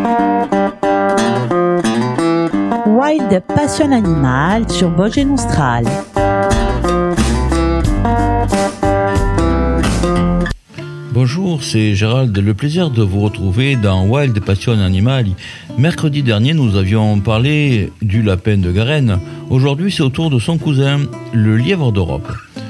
Wild Passion Animale sur Voce Nostrale. Bonjour, c'est Gérald. Le plaisir de vous retrouver dans Wild Passion Animale. Mercredi dernier, nous avions parlé du lapin de Garenne. Aujourd'hui, c'est au tour de son cousin, le lièvre d'Europe.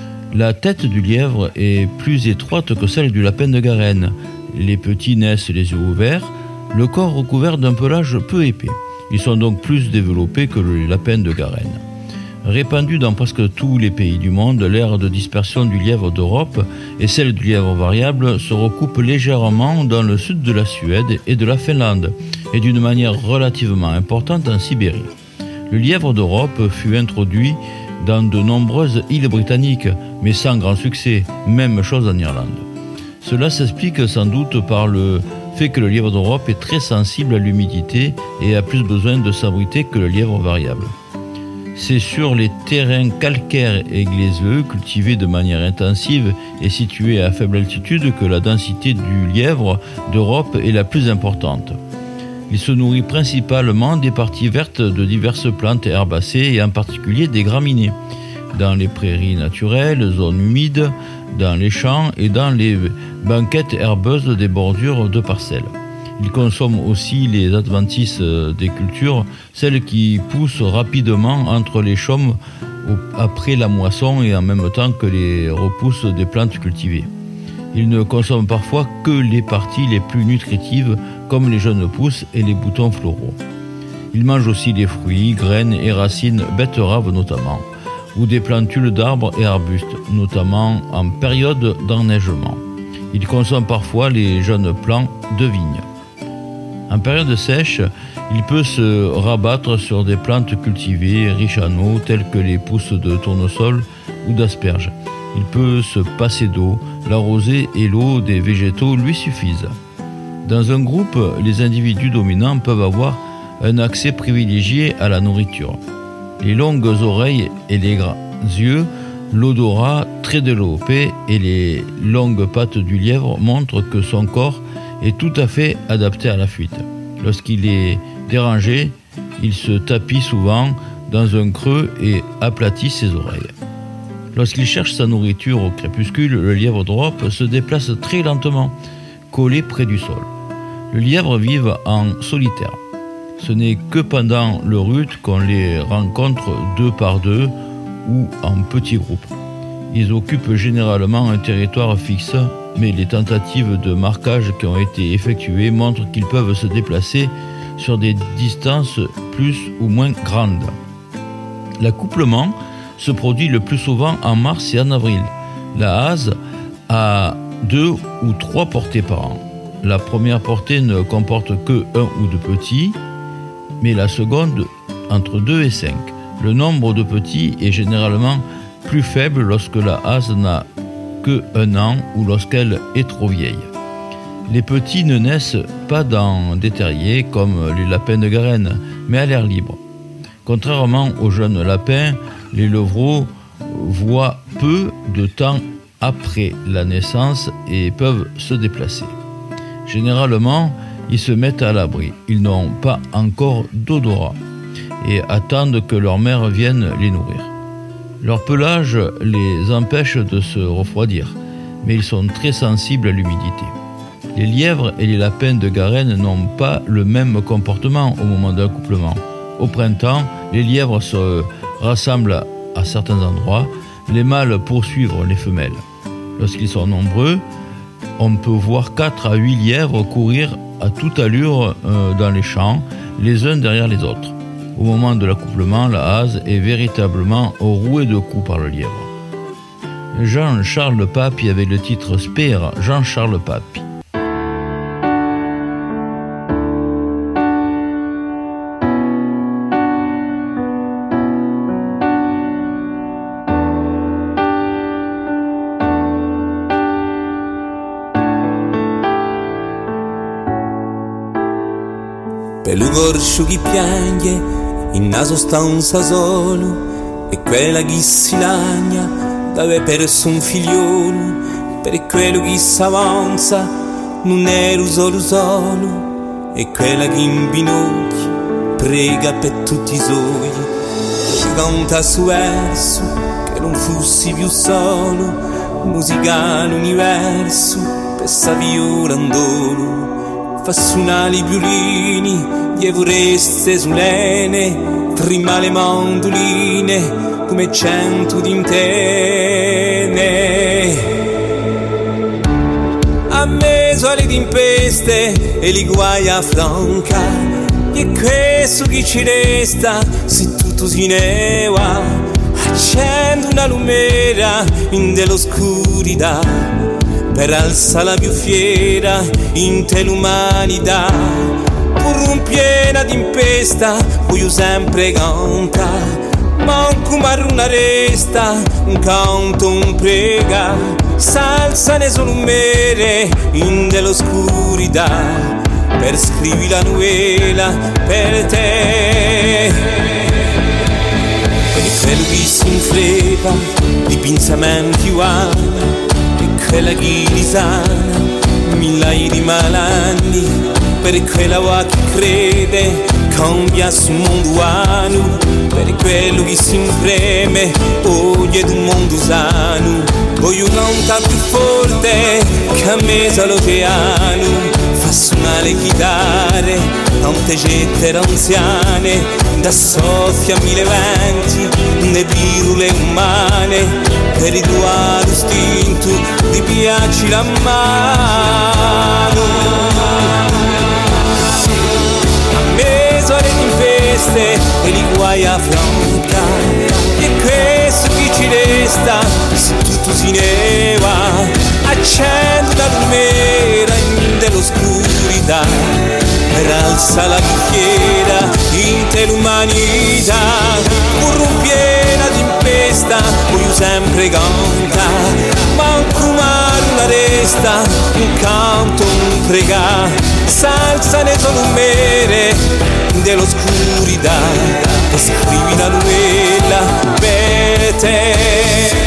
La tête du lièvre est plus étroite que celle du lapin de Garenne. Les petits naissent les yeux ouverts, le corps recouvert d'un pelage peu épais. Ils sont donc plus développés que le lapin de Garenne. Répandu dans presque tous les pays du monde, l'aire de dispersion du lièvre d'Europe et celle du lièvre variable se recoupent légèrement dans le sud de la Suède et de la Finlande, et d'une manière relativement importante en Sibérie. Le lièvre d'Europe fut introduit dans de nombreuses îles britanniques, mais sans grand succès, même chose en Irlande. Cela s'explique sans doute par le fait que le lièvre d'Europe est très sensible à l'humidité et a plus besoin de s'abriter que le lièvre variable. C'est sur les terrains calcaires et glaiseux, cultivés de manière intensive et situés à faible altitude, que la densité du lièvre d'Europe est la plus importante. Il se nourrit principalement des parties vertes de diverses plantes herbacées et en particulier des graminées, dans les prairies naturelles, zones humides, dans les champs et dans les banquettes herbeuses des bordures de parcelles. Il consomme aussi les adventices des cultures, celles qui poussent rapidement entre les chaumes après la moisson et en même temps que les repousses des plantes cultivées. Il ne consomme parfois que les parties les plus nutritives comme les jeunes pousses et les boutons floraux. Il mange aussi les fruits, graines et racines, betteraves notamment, ou des plantules d'arbres et arbustes, notamment en période d'enneigement. Il consomme parfois les jeunes plants de vigne. En période sèche, il peut se rabattre sur des plantes cultivées riches en eau, telles que les pousses de tournesol ou d'asperges. Il peut se passer d'eau, la rosée et l'eau des végétaux lui suffisent. Dans un groupe, les individus dominants peuvent avoir un accès privilégié à la nourriture. Les longues oreilles et les grands yeux, l'odorat très développé et les longues pattes du lièvre montrent que son corps est tout à fait adapté à la fuite. Lorsqu'il est dérangé, il se tapit souvent dans un creux et aplatit ses oreilles. Lorsqu'il cherche sa nourriture au crépuscule, le lièvre d'Europe se déplace très lentement, collé près du sol. Le lièvre vit en solitaire. Ce n'est que pendant le rut qu'on les rencontre deux par deux ou en petits groupes. Ils occupent généralement un territoire fixe, mais les tentatives de marquage qui ont été effectuées montrent qu'ils peuvent se déplacer sur des distances plus ou moins grandes. L'accouplement se produit le plus souvent en mars et en avril. La hase a 2 ou 3 portées par an. La première portée ne comporte que 1 ou 2 petits, mais la seconde entre 2 et 5. Le nombre de petits est généralement plus faible lorsque la hase n'a que 1 an ou lorsqu'elle est trop vieille. Les petits ne naissent pas dans des terriers comme les lapins de Garenne, mais à l'air libre. Contrairement aux jeunes lapins, les levreaux voient peu de temps après la naissance et peuvent se déplacer. Généralement, ils se mettent à l'abri. Ils n'ont pas encore d'odorat et attendent que leur mère vienne les nourrir. Leur pelage les empêche de se refroidir, mais ils sont très sensibles à l'humidité. Les lièvres et les lapins de Garenne n'ont pas le même comportement au moment de l'accouplement. Au printemps, les lièvres se rassemblent à certains endroits, les mâles poursuivent les femelles. Lorsqu'ils sont nombreux, on peut voir 4 à 8 lièvres courir à toute allure dans les champs, les uns derrière les autres. Au moment de l'accouplement, la hase est véritablement rouée de coups par le lièvre. Jean-Charles Papy avait le titre Speer, Jean-Charles Papy. Per l'ugorcio chi piange, il naso stanza solo, e quella chi si lagna, dove perso un figliolo, per quello chi s'avanza, non ero solo, e quella che in ginocchi prega per tutti i suoi. Canta su verso che non fossi più solo, musica l'universo per sa viola andolo. Fa suonare i violini di voreste sulene, trima le mandoline come 100 di intene. A me suole tempeste e li guai a franca, e questo chi ci resta se tutto si neva. Accendo una lumera in dell'oscurità per alzare la più fiera in te l'umanità. Pur un piena tempesta voglio sempre cantare, manco una resta, un canto, un prega. Salzane solo un mere in dell'oscurità per scrivi la novela per te. E quello che si infrepa di pensamenti umani, e quella che risana migliaia di malanni, per quella che crede cambia sul mondo umano, per quello che si impreme oggi è un mondo sano. Voglio cantare più forte che a mezzo all'oceano, fa suonare le chitarre tante gette anziane, da soffia mille venti ne pirule umane, per il tuo istinto di piaci la mano. A mezzo alle tempeste e li guai a franca, e questo che ci resta se tutto si neva. Accendo la lumera in dell'oscurità per alzare la bicchiera in te l'umanità. Pur un piena tempesta voglio sempre cantare, manco una resta, un canto, un pregà. Salzane solo un mere dell'oscurità e scrivi la novella per te.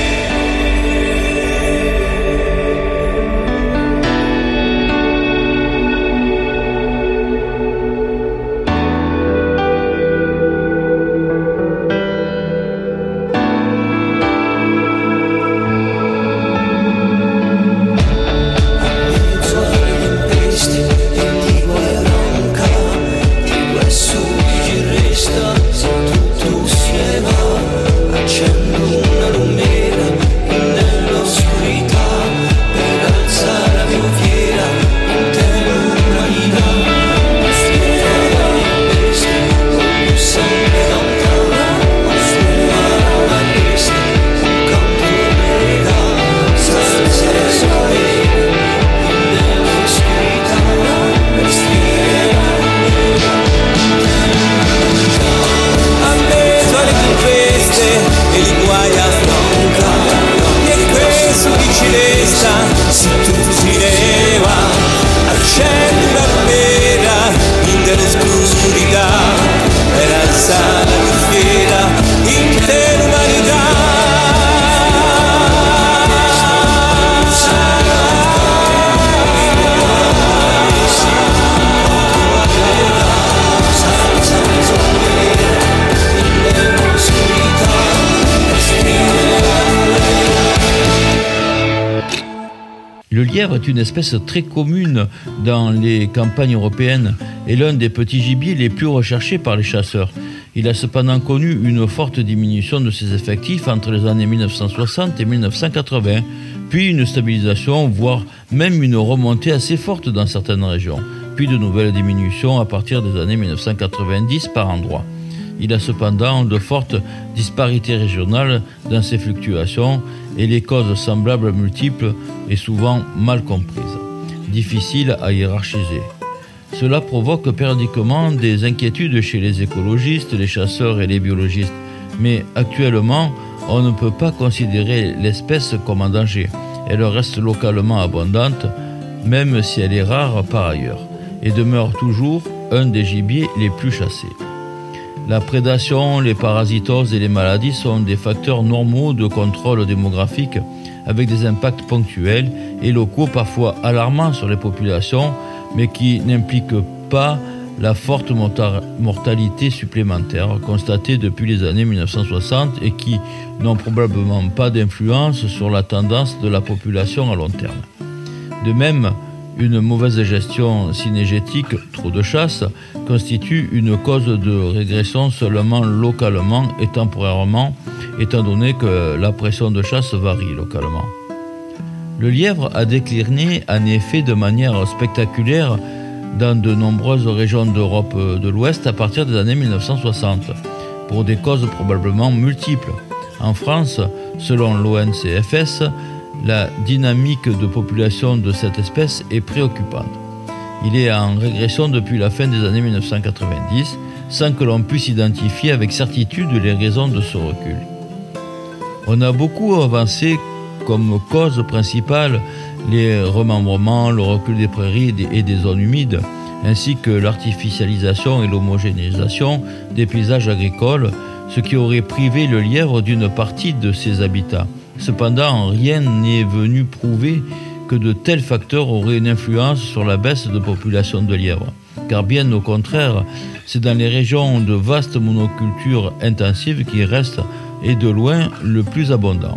Le lièvre est une espèce très commune dans les campagnes européennes et l'un des petits gibiers les plus recherchés par les chasseurs. Il a cependant connu une forte diminution de ses effectifs entre les années 1960 et 1980, puis une stabilisation, voire même une remontée assez forte dans certaines régions, puis de nouvelles diminutions à partir des années 1990 par endroits. Il a cependant de fortes disparités régionales dans ces fluctuations et les causes semblables multiples et souvent mal comprises, difficiles à hiérarchiser. Cela provoque périodiquement des inquiétudes chez les écologistes, les chasseurs et les biologistes, mais actuellement, on ne peut pas considérer l'espèce comme en danger. Elle reste localement abondante, même si elle est rare par ailleurs, et demeure toujours un des gibiers les plus chassés. La prédation, les parasitoses et les maladies sont des facteurs normaux de contrôle démographique avec des impacts ponctuels et locaux parfois alarmants sur les populations, mais qui n'implique pas la forte mortalité supplémentaire constatée depuis les années 1960 et qui n'ont probablement pas d'influence sur la tendance de la population à long terme. De même, une mauvaise gestion cynégétique, trop de chasse, constitue une cause de régression seulement localement et temporairement, étant donné que la pression de chasse varie localement. Le lièvre a décliné en effet de manière spectaculaire dans de nombreuses régions d'Europe de l'Ouest à partir des années 1960, pour des causes probablement multiples. En France, selon l'ONCFS, la dynamique de population de cette espèce est préoccupante. Il est en régression depuis la fin des années 1990, sans que l'on puisse identifier avec certitude les raisons de ce recul. On a beaucoup avancé comme cause principale les remembrements, le recul des prairies et des zones humides, ainsi que l'artificialisation et l'homogénéisation des paysages agricoles, ce qui aurait privé le lièvre d'une partie de ses habitats. Cependant, rien n'est venu prouver que de tels facteurs auraient une influence sur la baisse de population de lièvres, car bien au contraire, c'est dans les régions de vastes monocultures intensives qui restent, et de loin, le plus abondant.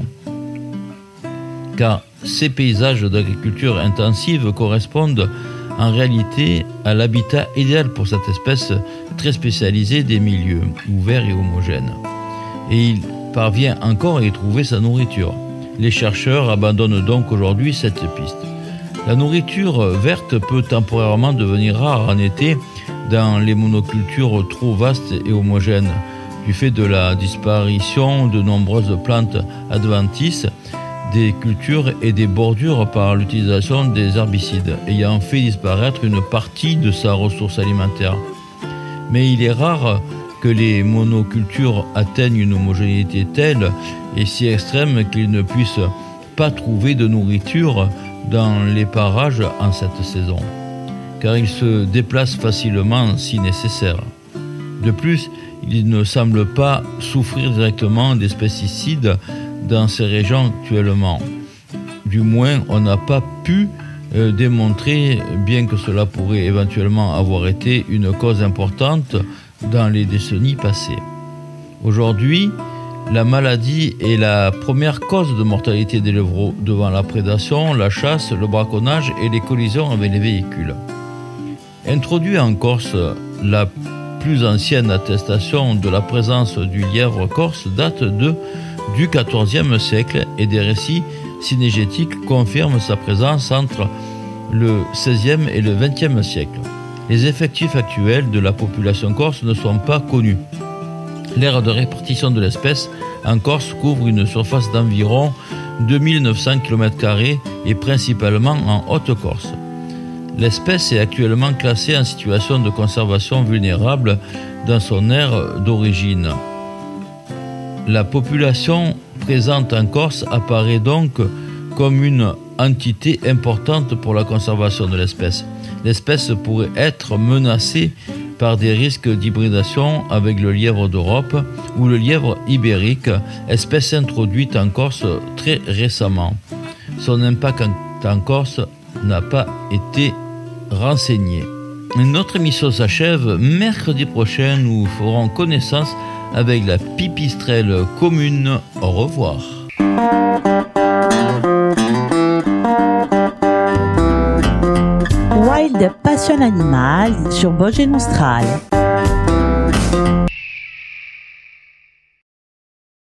Car ces paysages d'agriculture intensive correspondent en réalité à l'habitat idéal pour cette espèce très spécialisée des milieux ouverts et homogènes. Et il parvient encore à y trouver sa nourriture. Les chercheurs abandonnent donc aujourd'hui cette piste. La nourriture verte peut temporairement devenir rare en été dans les monocultures trop vastes et homogènes, du fait de la disparition de nombreuses plantes adventices, des cultures et des bordures par l'utilisation des herbicides, ayant fait disparaître une partie de sa ressource alimentaire. Mais il est rare que les monocultures atteignent une homogénéité telle et si extrême qu'ils ne puissent pas trouver de nourriture dans les parages en cette saison, car ils se déplacent facilement si nécessaire. De plus, ils ne semblent pas souffrir directement des pesticides dans ces régions actuellement. Du moins, on n'a pas pu démontrer, bien que cela pourrait éventuellement avoir été une cause importante dans les décennies passées. Aujourd'hui, la maladie est la première cause de mortalité des lévreaux devant la prédation, la chasse, le braconnage et les collisions avec les véhicules. Introduit en Corse, la plus ancienne attestation de la présence du lièvre corse date du XIVe siècle et des récits cynégétiques confirment sa présence entre le XVIe et le XXe siècle. Les effectifs actuels de la population corse ne sont pas connus. L'aire de répartition de l'espèce en Corse couvre une surface d'environ 2900 km² et principalement en Haute-Corse. L'espèce est actuellement classée en situation de conservation vulnérable dans son aire d'origine. La population présente en Corse apparaît donc comme une entité importante pour la conservation de l'espèce. L'espèce pourrait être menacée par des risques d'hybridation avec le lièvre d'Europe ou le lièvre ibérique, espèce introduite en Corse très récemment. Son impact en Corse n'a pas été renseigné. Notre émission s'achève. Mercredi prochain, nous ferons connaissance avec la pipistrelle commune. Au revoir. Wild Passion Animal sur Vosges Nostral.